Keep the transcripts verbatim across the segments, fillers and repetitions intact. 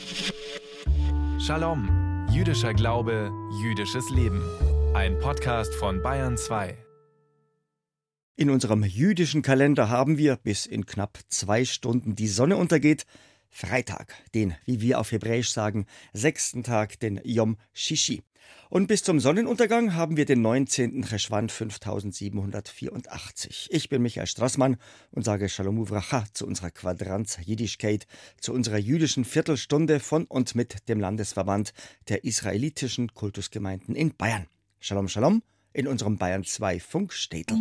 Shalom, jüdischer Glaube, jüdisches Leben. Ein Podcast von Bayern zwei. In unserem jüdischen Kalender haben wir, bis in knapp zwei Stunden die Sonne untergeht, Freitag, den, wie wir auf Hebräisch sagen, sechsten Tag, den Yom Shishi. Und bis zum Sonnenuntergang haben wir den neunzehnten Cheshvan fünftausendsiebenhundertvierundachtzig. Ich bin Michael Strassmann und sage Shalom Uvracha zu unserer Quadranz Jiddischkeit, zu unserer jüdischen Viertelstunde von und mit dem Landesverband der israelitischen Kultusgemeinden in Bayern. Shalom, Shalom in unserem Bayern zwei Funkstädtel.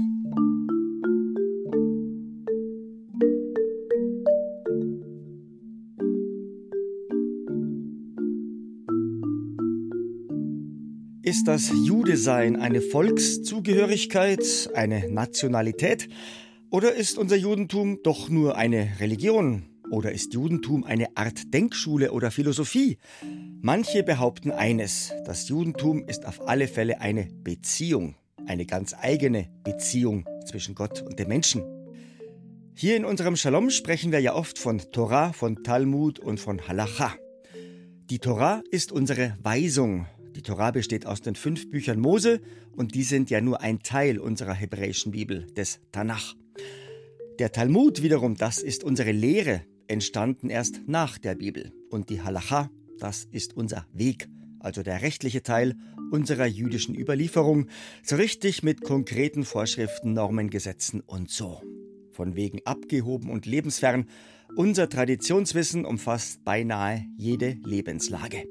Ist das Judesein eine Volkszugehörigkeit, eine Nationalität? Oder ist unser Judentum doch nur eine Religion? Oder ist Judentum eine Art Denkschule oder Philosophie? Manche behaupten eines: Das Judentum ist auf alle Fälle eine Beziehung, eine ganz eigene Beziehung zwischen Gott und dem Menschen. Hier in unserem Shalom sprechen wir ja oft von Torah, von Talmud und von Halacha. Die Torah ist unsere Weisung. Die Torah besteht aus den fünf Büchern Mose und die sind ja nur ein Teil unserer hebräischen Bibel, des Tanach. Der Talmud wiederum, das ist unsere Lehre, entstanden erst nach der Bibel. Und die Halacha, das ist unser Weg, also der rechtliche Teil unserer jüdischen Überlieferung, so richtig mit konkreten Vorschriften, Normen, Gesetzen und so. Von wegen abgehoben und lebensfern, unser Traditionswissen umfasst beinahe jede Lebenslage.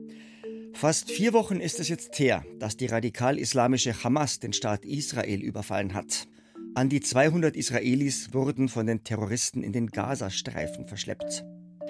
Fast vier Wochen ist es jetzt her, dass die radikal-islamische Hamas den Staat Israel überfallen hat. An die zweihundert Israelis wurden von den Terroristen in den Gazastreifen verschleppt.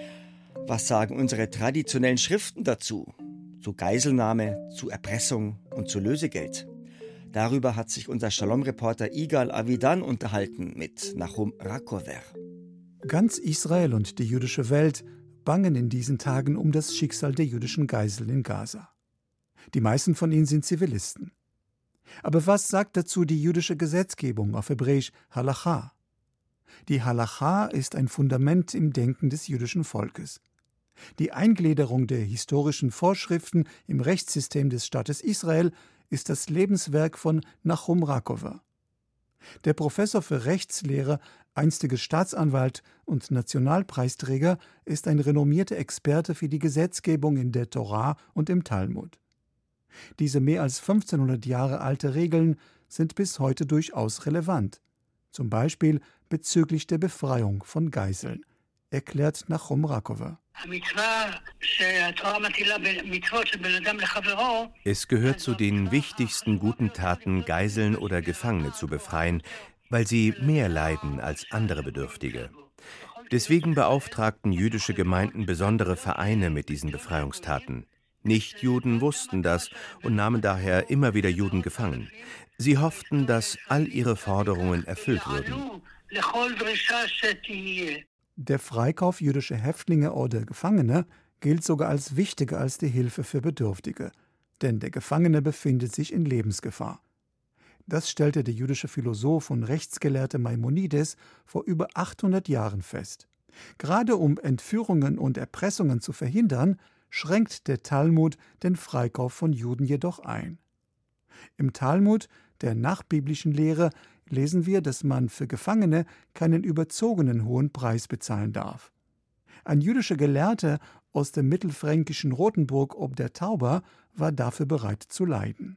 Was sagen unsere traditionellen Schriften dazu? Zu Geiselnahme, zu Erpressung und zu Lösegeld? Darüber hat sich unser Shalom-Reporter Igal Avidan unterhalten mit Nachum Rakover. Ganz Israel und die jüdische Welt bangen in diesen Tagen um das Schicksal der jüdischen Geiseln in Gaza. Die meisten von ihnen sind Zivilisten. Aber was sagt dazu die jüdische Gesetzgebung, auf Hebräisch Halacha? Die Halacha ist ein Fundament im Denken des jüdischen Volkes. Die Eingliederung der historischen Vorschriften im Rechtssystem des Staates Israel ist das Lebenswerk von Nachum Rakover. Der Professor für Rechtslehre, einstiger Staatsanwalt und Nationalpreisträger, ist ein renommierter Experte für die Gesetzgebung in der Torah und im Talmud. Diese mehr als fünfzehnhundert Jahre alte Regeln sind bis heute durchaus relevant, zum Beispiel bezüglich der Befreiung von Geiseln, erklärt Nachum Rakover. Es gehört zu den wichtigsten guten Taten, Geiseln oder Gefangene zu befreien, weil sie mehr leiden als andere Bedürftige. Deswegen beauftragten jüdische Gemeinden besondere Vereine mit diesen Befreiungstaten. Nichtjuden wussten das und nahmen daher immer wieder Juden gefangen. Sie hofften, dass all ihre Forderungen erfüllt würden. Der Freikauf jüdischer Häftlinge oder Gefangene gilt sogar als wichtiger als die Hilfe für Bedürftige, denn der Gefangene befindet sich in Lebensgefahr. Das stellte der jüdische Philosoph und Rechtsgelehrte Maimonides vor über achthundert Jahren fest. Gerade um Entführungen und Erpressungen zu verhindern, schränkt der Talmud den Freikauf von Juden jedoch ein. Im Talmud, der nachbiblischen Lehre, lesen wir, dass man für Gefangene keinen überzogenen hohen Preis bezahlen darf. Ein jüdischer Gelehrter aus dem mittelfränkischen Rothenburg ob der Tauber war dafür bereit zu leiden.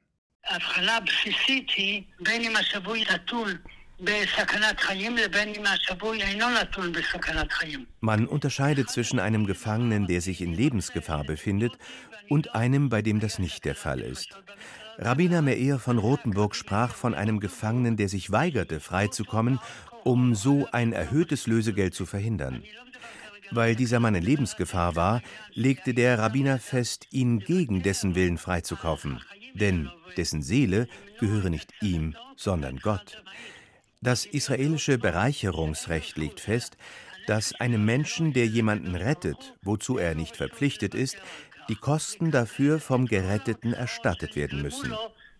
Man unterscheidet zwischen einem Gefangenen, der sich in Lebensgefahr befindet, und einem, bei dem das nicht der Fall ist. Rabbiner Meir von Rothenburg sprach von einem Gefangenen, der sich weigerte, freizukommen, um so ein erhöhtes Lösegeld zu verhindern. Weil dieser Mann in Lebensgefahr war, legte der Rabbiner fest, ihn gegen dessen Willen freizukaufen. Denn dessen Seele gehöre nicht ihm, sondern Gott. Das israelische Bereicherungsrecht legt fest, dass einem Menschen, der jemanden rettet, wozu er nicht verpflichtet ist, die Kosten dafür vom Geretteten erstattet werden müssen.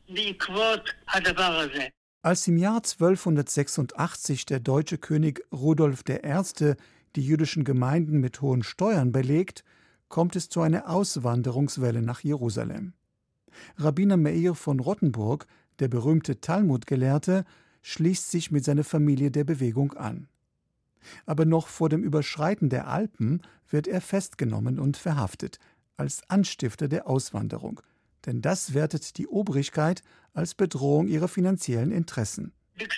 Als im Jahr zwölfhundertsechsundachtzig der deutsche König Rudolf der Erste die jüdischen Gemeinden mit hohen Steuern belegt, kommt es zu einer Auswanderungswelle nach Jerusalem. Rabbiner Meir von Rottenburg, der berühmte Talmudgelehrte, schließt sich mit seiner Familie der Bewegung an. Aber noch vor dem Überschreiten der Alpen wird er festgenommen und verhaftet, als Anstifter der Auswanderung, denn das wertet die Obrigkeit als Bedrohung ihrer finanziellen Interessen.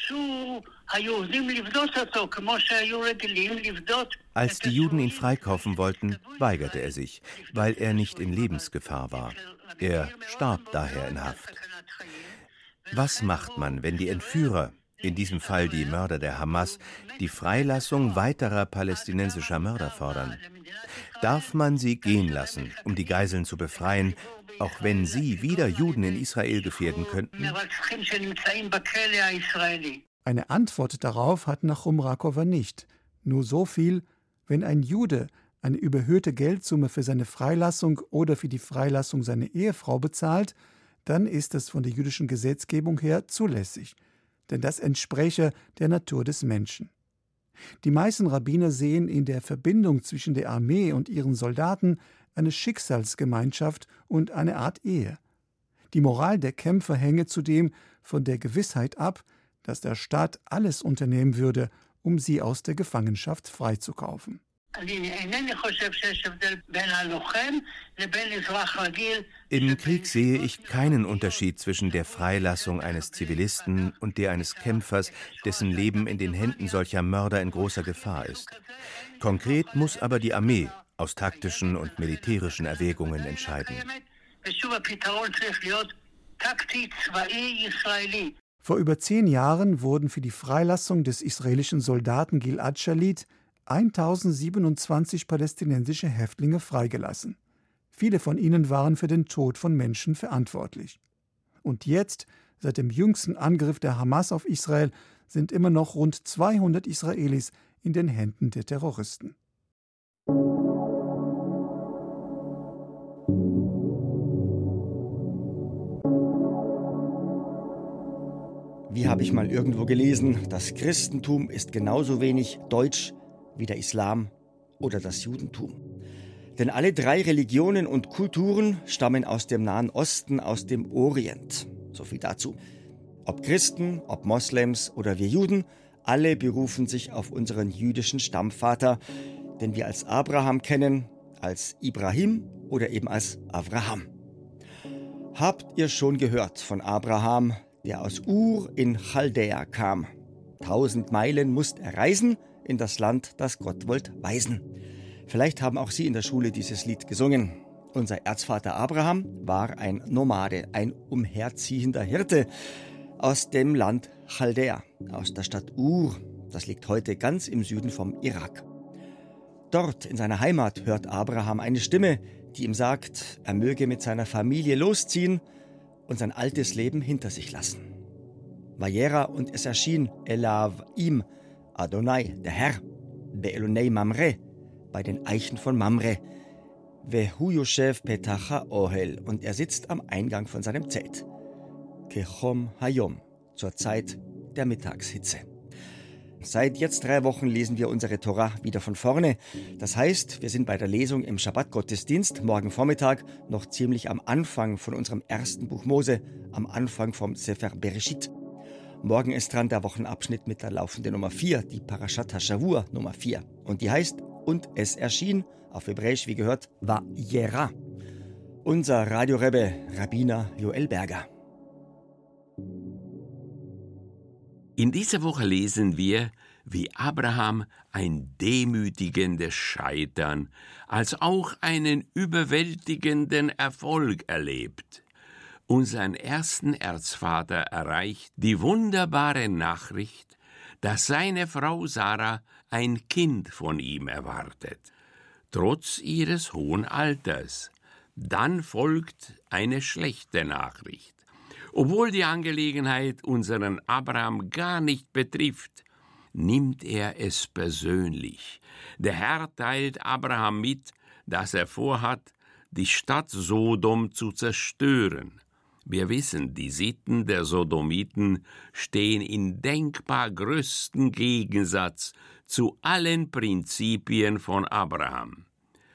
Als die Juden ihn freikaufen wollten, weigerte er sich, weil er nicht in Lebensgefahr war. Er starb daher in Haft. Was macht man, wenn die Entführer, in diesem Fall die Mörder der Hamas, die Freilassung weiterer palästinensischer Mörder fordern? Darf man sie gehen lassen, um die Geiseln zu befreien, auch wenn sie wieder Juden in Israel gefährden könnten? Eine Antwort darauf hat Nachum Rakova nicht. Nur so viel, wenn ein Jude eine überhöhte Geldsumme für seine Freilassung oder für die Freilassung seiner Ehefrau bezahlt, dann ist es von der jüdischen Gesetzgebung her zulässig, denn das entspräche der Natur des Menschen. Die meisten Rabbiner sehen in der Verbindung zwischen der Armee und ihren Soldaten eine Schicksalsgemeinschaft und eine Art Ehe. Die Moral der Kämpfer hänge zudem von der Gewissheit ab, dass der Staat alles unternehmen würde, um sie aus der Gefangenschaft freizukaufen. Im Krieg sehe ich keinen Unterschied zwischen der Freilassung eines Zivilisten und der eines Kämpfers, dessen Leben in den Händen solcher Mörder in großer Gefahr ist. Konkret muss aber die Armee aus taktischen und militärischen Erwägungen entscheiden. Vor über zehn Jahren wurden für die Freilassung des israelischen Soldaten Gilad Shalit tausendsiebenundzwanzig palästinensische Häftlinge freigelassen. Viele von ihnen waren für den Tod von Menschen verantwortlich. Und jetzt, seit dem jüngsten Angriff der Hamas auf Israel, sind immer noch rund zweihundert Israelis in den Händen der Terroristen. Wie habe ich mal irgendwo gelesen, das Christentum ist genauso wenig deutsch wie der Islam oder das Judentum. Denn alle drei Religionen und Kulturen stammen aus dem Nahen Osten, aus dem Orient. So viel dazu. Ob Christen, ob Moslems oder wir Juden, alle berufen sich auf unseren jüdischen Stammvater, den wir als Abraham kennen, als Ibrahim oder eben als Avraham. Habt ihr schon gehört von Abraham, der aus Ur in Chaldäa kam? Tausend Meilen musste er reisen in das Land, das Gott wollt weisen. Vielleicht haben auch Sie in der Schule dieses Lied gesungen. Unser Erzvater Abraham war ein Nomade, ein umherziehender Hirte aus dem Land Chaldäa, aus der Stadt Ur. Das liegt heute ganz im Süden vom Irak. Dort in seiner Heimat hört Abraham eine Stimme, die ihm sagt, er möge mit seiner Familie losziehen und sein altes Leben hinter sich lassen. Vayera, und es erschien Elav ihm, Adonai, der Herr, Be'elonei Mamre, bei den Eichen von Mamre, Vehu Yoshev Petacha Ohel, und er sitzt am Eingang von seinem Zelt. Kechom Hayom, zur Zeit der Mittagshitze. Seit jetzt drei Wochen lesen wir unsere Torah wieder von vorne. Das heißt, wir sind bei der Lesung im Schabbat-Gottesdienst morgen Vormittag noch ziemlich am Anfang von unserem ersten Buch Mose, am Anfang vom Sefer Bereshit. Morgen ist dran der Wochenabschnitt mit der laufenden Nummer vier, die Parashat HaShavua Nummer vier. Und die heißt, und es erschien, auf Hebräisch wie gehört, Vayera. Unser Radiorebbe, Rabbiner Joel Berger. In dieser Woche lesen wir, wie Abraham ein demütigendes Scheitern als auch einen überwältigenden Erfolg erlebt. Unseren ersten Erzvater erreicht die wunderbare Nachricht, dass seine Frau Sarah ein Kind von ihm erwartet, trotz ihres hohen Alters. Dann folgt eine schlechte Nachricht. Obwohl die Angelegenheit unseren Abraham gar nicht betrifft, nimmt er es persönlich. Der Herr teilt Abraham mit, dass er vorhat, die Stadt Sodom zu zerstören. Wir wissen, die Sitten der Sodomiten stehen in denkbar größten Gegensatz zu allen Prinzipien von Abraham.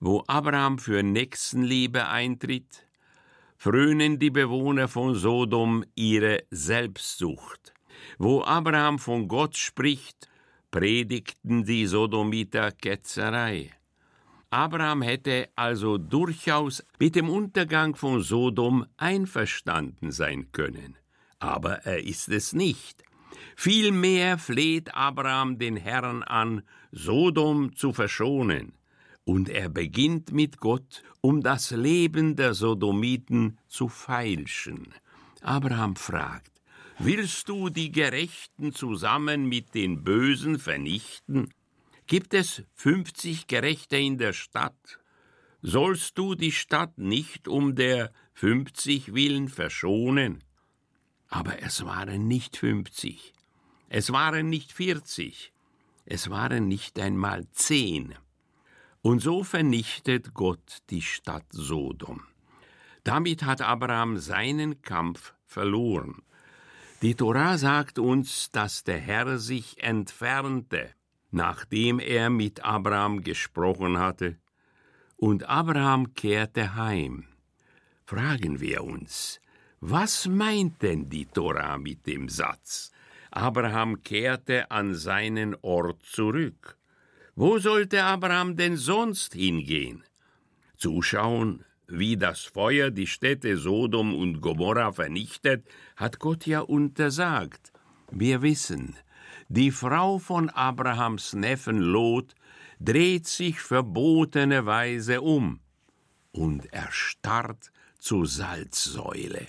wo Abraham für Nächstenliebe eintritt, frönen die Bewohner von Sodom ihre Selbstsucht. Wo Abraham von Gott spricht, predigten die Sodomiter Ketzerei. Abraham hätte also durchaus mit dem Untergang von Sodom einverstanden sein können. Aber er ist es nicht. Vielmehr fleht Abraham den Herrn an, Sodom zu verschonen. Und er beginnt mit Gott, um das Leben der Sodomiten zu feilschen. Abraham fragt: Willst du die Gerechten zusammen mit den Bösen vernichten? Gibt es fünfzig Gerechte in der Stadt? Sollst du die Stadt nicht um der fünfzig willen verschonen? Aber es waren nicht fünfzig, es waren nicht vierzig, es waren nicht einmal zehn. Und so vernichtet Gott die Stadt Sodom. Damit hat Abraham seinen Kampf verloren. Die Tora sagt uns, dass der Herr sich entfernte, nachdem er mit Abraham gesprochen hatte, und Abraham kehrte heim. Fragen wir uns, was meint denn die Tora mit dem Satz? Abraham kehrte an seinen Ort zurück. Wo sollte Abraham denn sonst hingehen? Zuschauen, wie das Feuer die Städte Sodom und Gomorra vernichtet, hat Gott ja untersagt. Wir wissen, die Frau von Abrahams Neffen Lot dreht sich verbotenerweise um und erstarrt zur Salzsäule.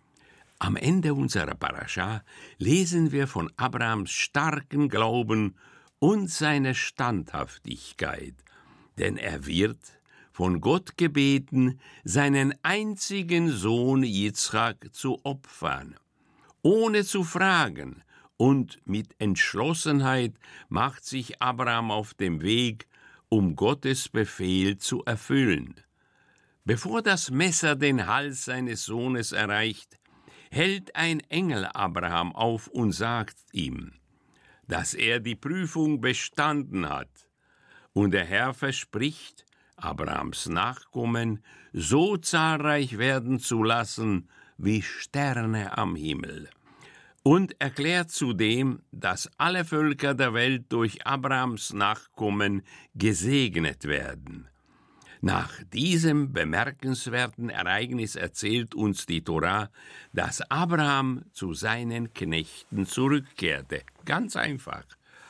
Am Ende unserer Parascha lesen wir von Abrahams starken Glauben und seiner Standhaftigkeit, denn er wird von Gott gebeten, seinen einzigen Sohn Jitzchak zu opfern. Ohne zu fragen und mit Entschlossenheit macht sich Abraham auf den Weg, um Gottes Befehl zu erfüllen. Bevor das Messer den Hals seines Sohnes erreicht, hält ein Engel Abraham auf und sagt ihm, dass er die Prüfung bestanden hat. Und der Herr verspricht, Abrahams Nachkommen so zahlreich werden zu lassen wie Sterne am Himmel. Und erklärt zudem, dass alle Völker der Welt durch Abrahams Nachkommen gesegnet werden. Nach diesem bemerkenswerten Ereignis erzählt uns die Tora, dass Abraham zu seinen Knechten zurückkehrte. Ganz einfach.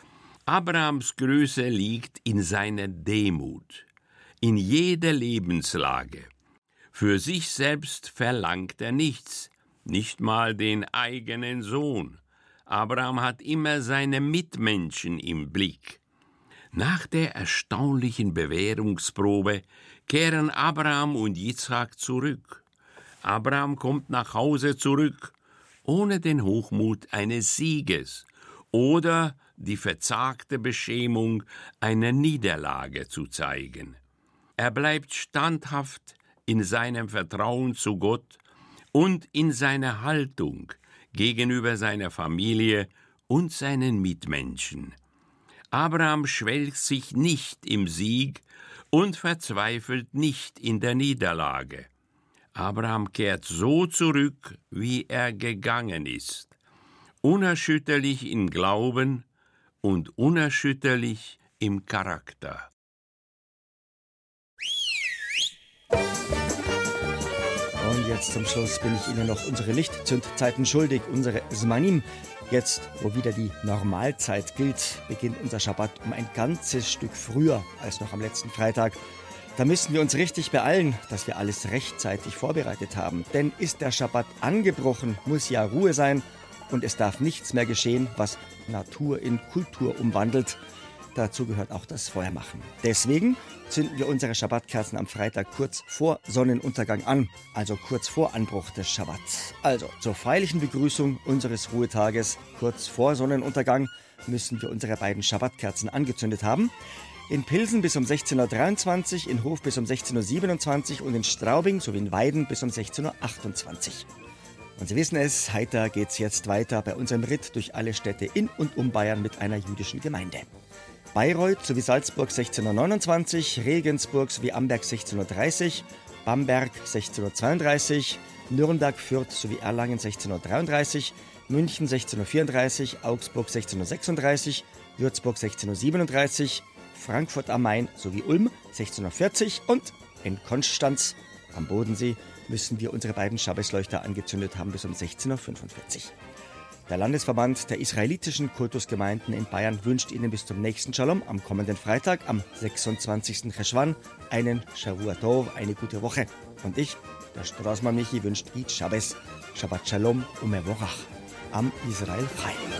Abrahams Größe liegt in seiner Demut, in jeder Lebenslage. Für sich selbst verlangt er nichts, nicht mal den eigenen Sohn. Abraham hat immer seine Mitmenschen im Blick. Nach der erstaunlichen Bewährungsprobe kehren Abraham und Jitzchak zurück. Abraham kommt nach Hause zurück, ohne den Hochmut eines Sieges oder die verzagte Beschämung einer Niederlage zu zeigen. Er bleibt standhaft in seinem Vertrauen zu Gott und in seiner Haltung gegenüber seiner Familie und seinen Mitmenschen. Abraham schwelgt sich nicht im Sieg und verzweifelt nicht in der Niederlage. Abraham kehrt so zurück, wie er gegangen ist, unerschütterlich im Glauben und unerschütterlich im Charakter. Und jetzt zum Schluss bin ich Ihnen noch unsere Lichtzündzeiten schuldig, unsere Zmanim. Jetzt, wo wieder die Normalzeit gilt, beginnt unser Schabbat um ein ganzes Stück früher als noch am letzten Freitag. Da müssen wir uns richtig beeilen, dass wir alles rechtzeitig vorbereitet haben. Denn ist der Schabbat angebrochen, muss ja Ruhe sein und es darf nichts mehr geschehen, was Natur in Kultur umwandelt. Dazu gehört auch das Feuermachen. Deswegen zünden wir unsere Schabbatkerzen am Freitag kurz vor Sonnenuntergang an, also kurz vor Anbruch des Schabbats. Also zur feierlichen Begrüßung unseres Ruhetages, kurz vor Sonnenuntergang, müssen wir unsere beiden Schabbatkerzen angezündet haben. In Pilsen bis um sechzehn Uhr dreiundzwanzig, in Hof bis um sechzehn Uhr siebenundzwanzig und in Straubing sowie in Weiden bis um sechzehn Uhr achtundzwanzig. Und Sie wissen es, heiter geht's jetzt weiter bei unserem Ritt durch alle Städte in und um Bayern mit einer jüdischen Gemeinde. Bayreuth sowie Salzburg sechzehnhundertneunundzwanzig, Regensburg sowie Amberg sechzehnhundertdreißig, Bamberg sechzehnhundertzweiunddreißig, Nürnberg, Fürth sowie Erlangen sechzehnhundertdreiunddreißig, München sechzehnhundertvierunddreißig, Augsburg sechzehnhundertsechsunddreißig, Würzburg sechzehnhundertsiebenunddreißig, Frankfurt am Main sowie Ulm sechzehnhundertvierzig und in Konstanz am Bodensee müssen wir unsere beiden Schabbesleuchter angezündet haben bis um sechzehn Uhr fünfundvierzig. Der Landesverband der israelitischen Kultusgemeinden in Bayern wünscht Ihnen bis zum nächsten Shalom am kommenden Freitag, am sechsundzwanzigsten Cheshvan, einen Shavua Tov, eine gute Woche. Und ich, der Straßmann Michi, wünscht Eid Shabbos, Shabbat Shalom und Mevorach am Israel Chai.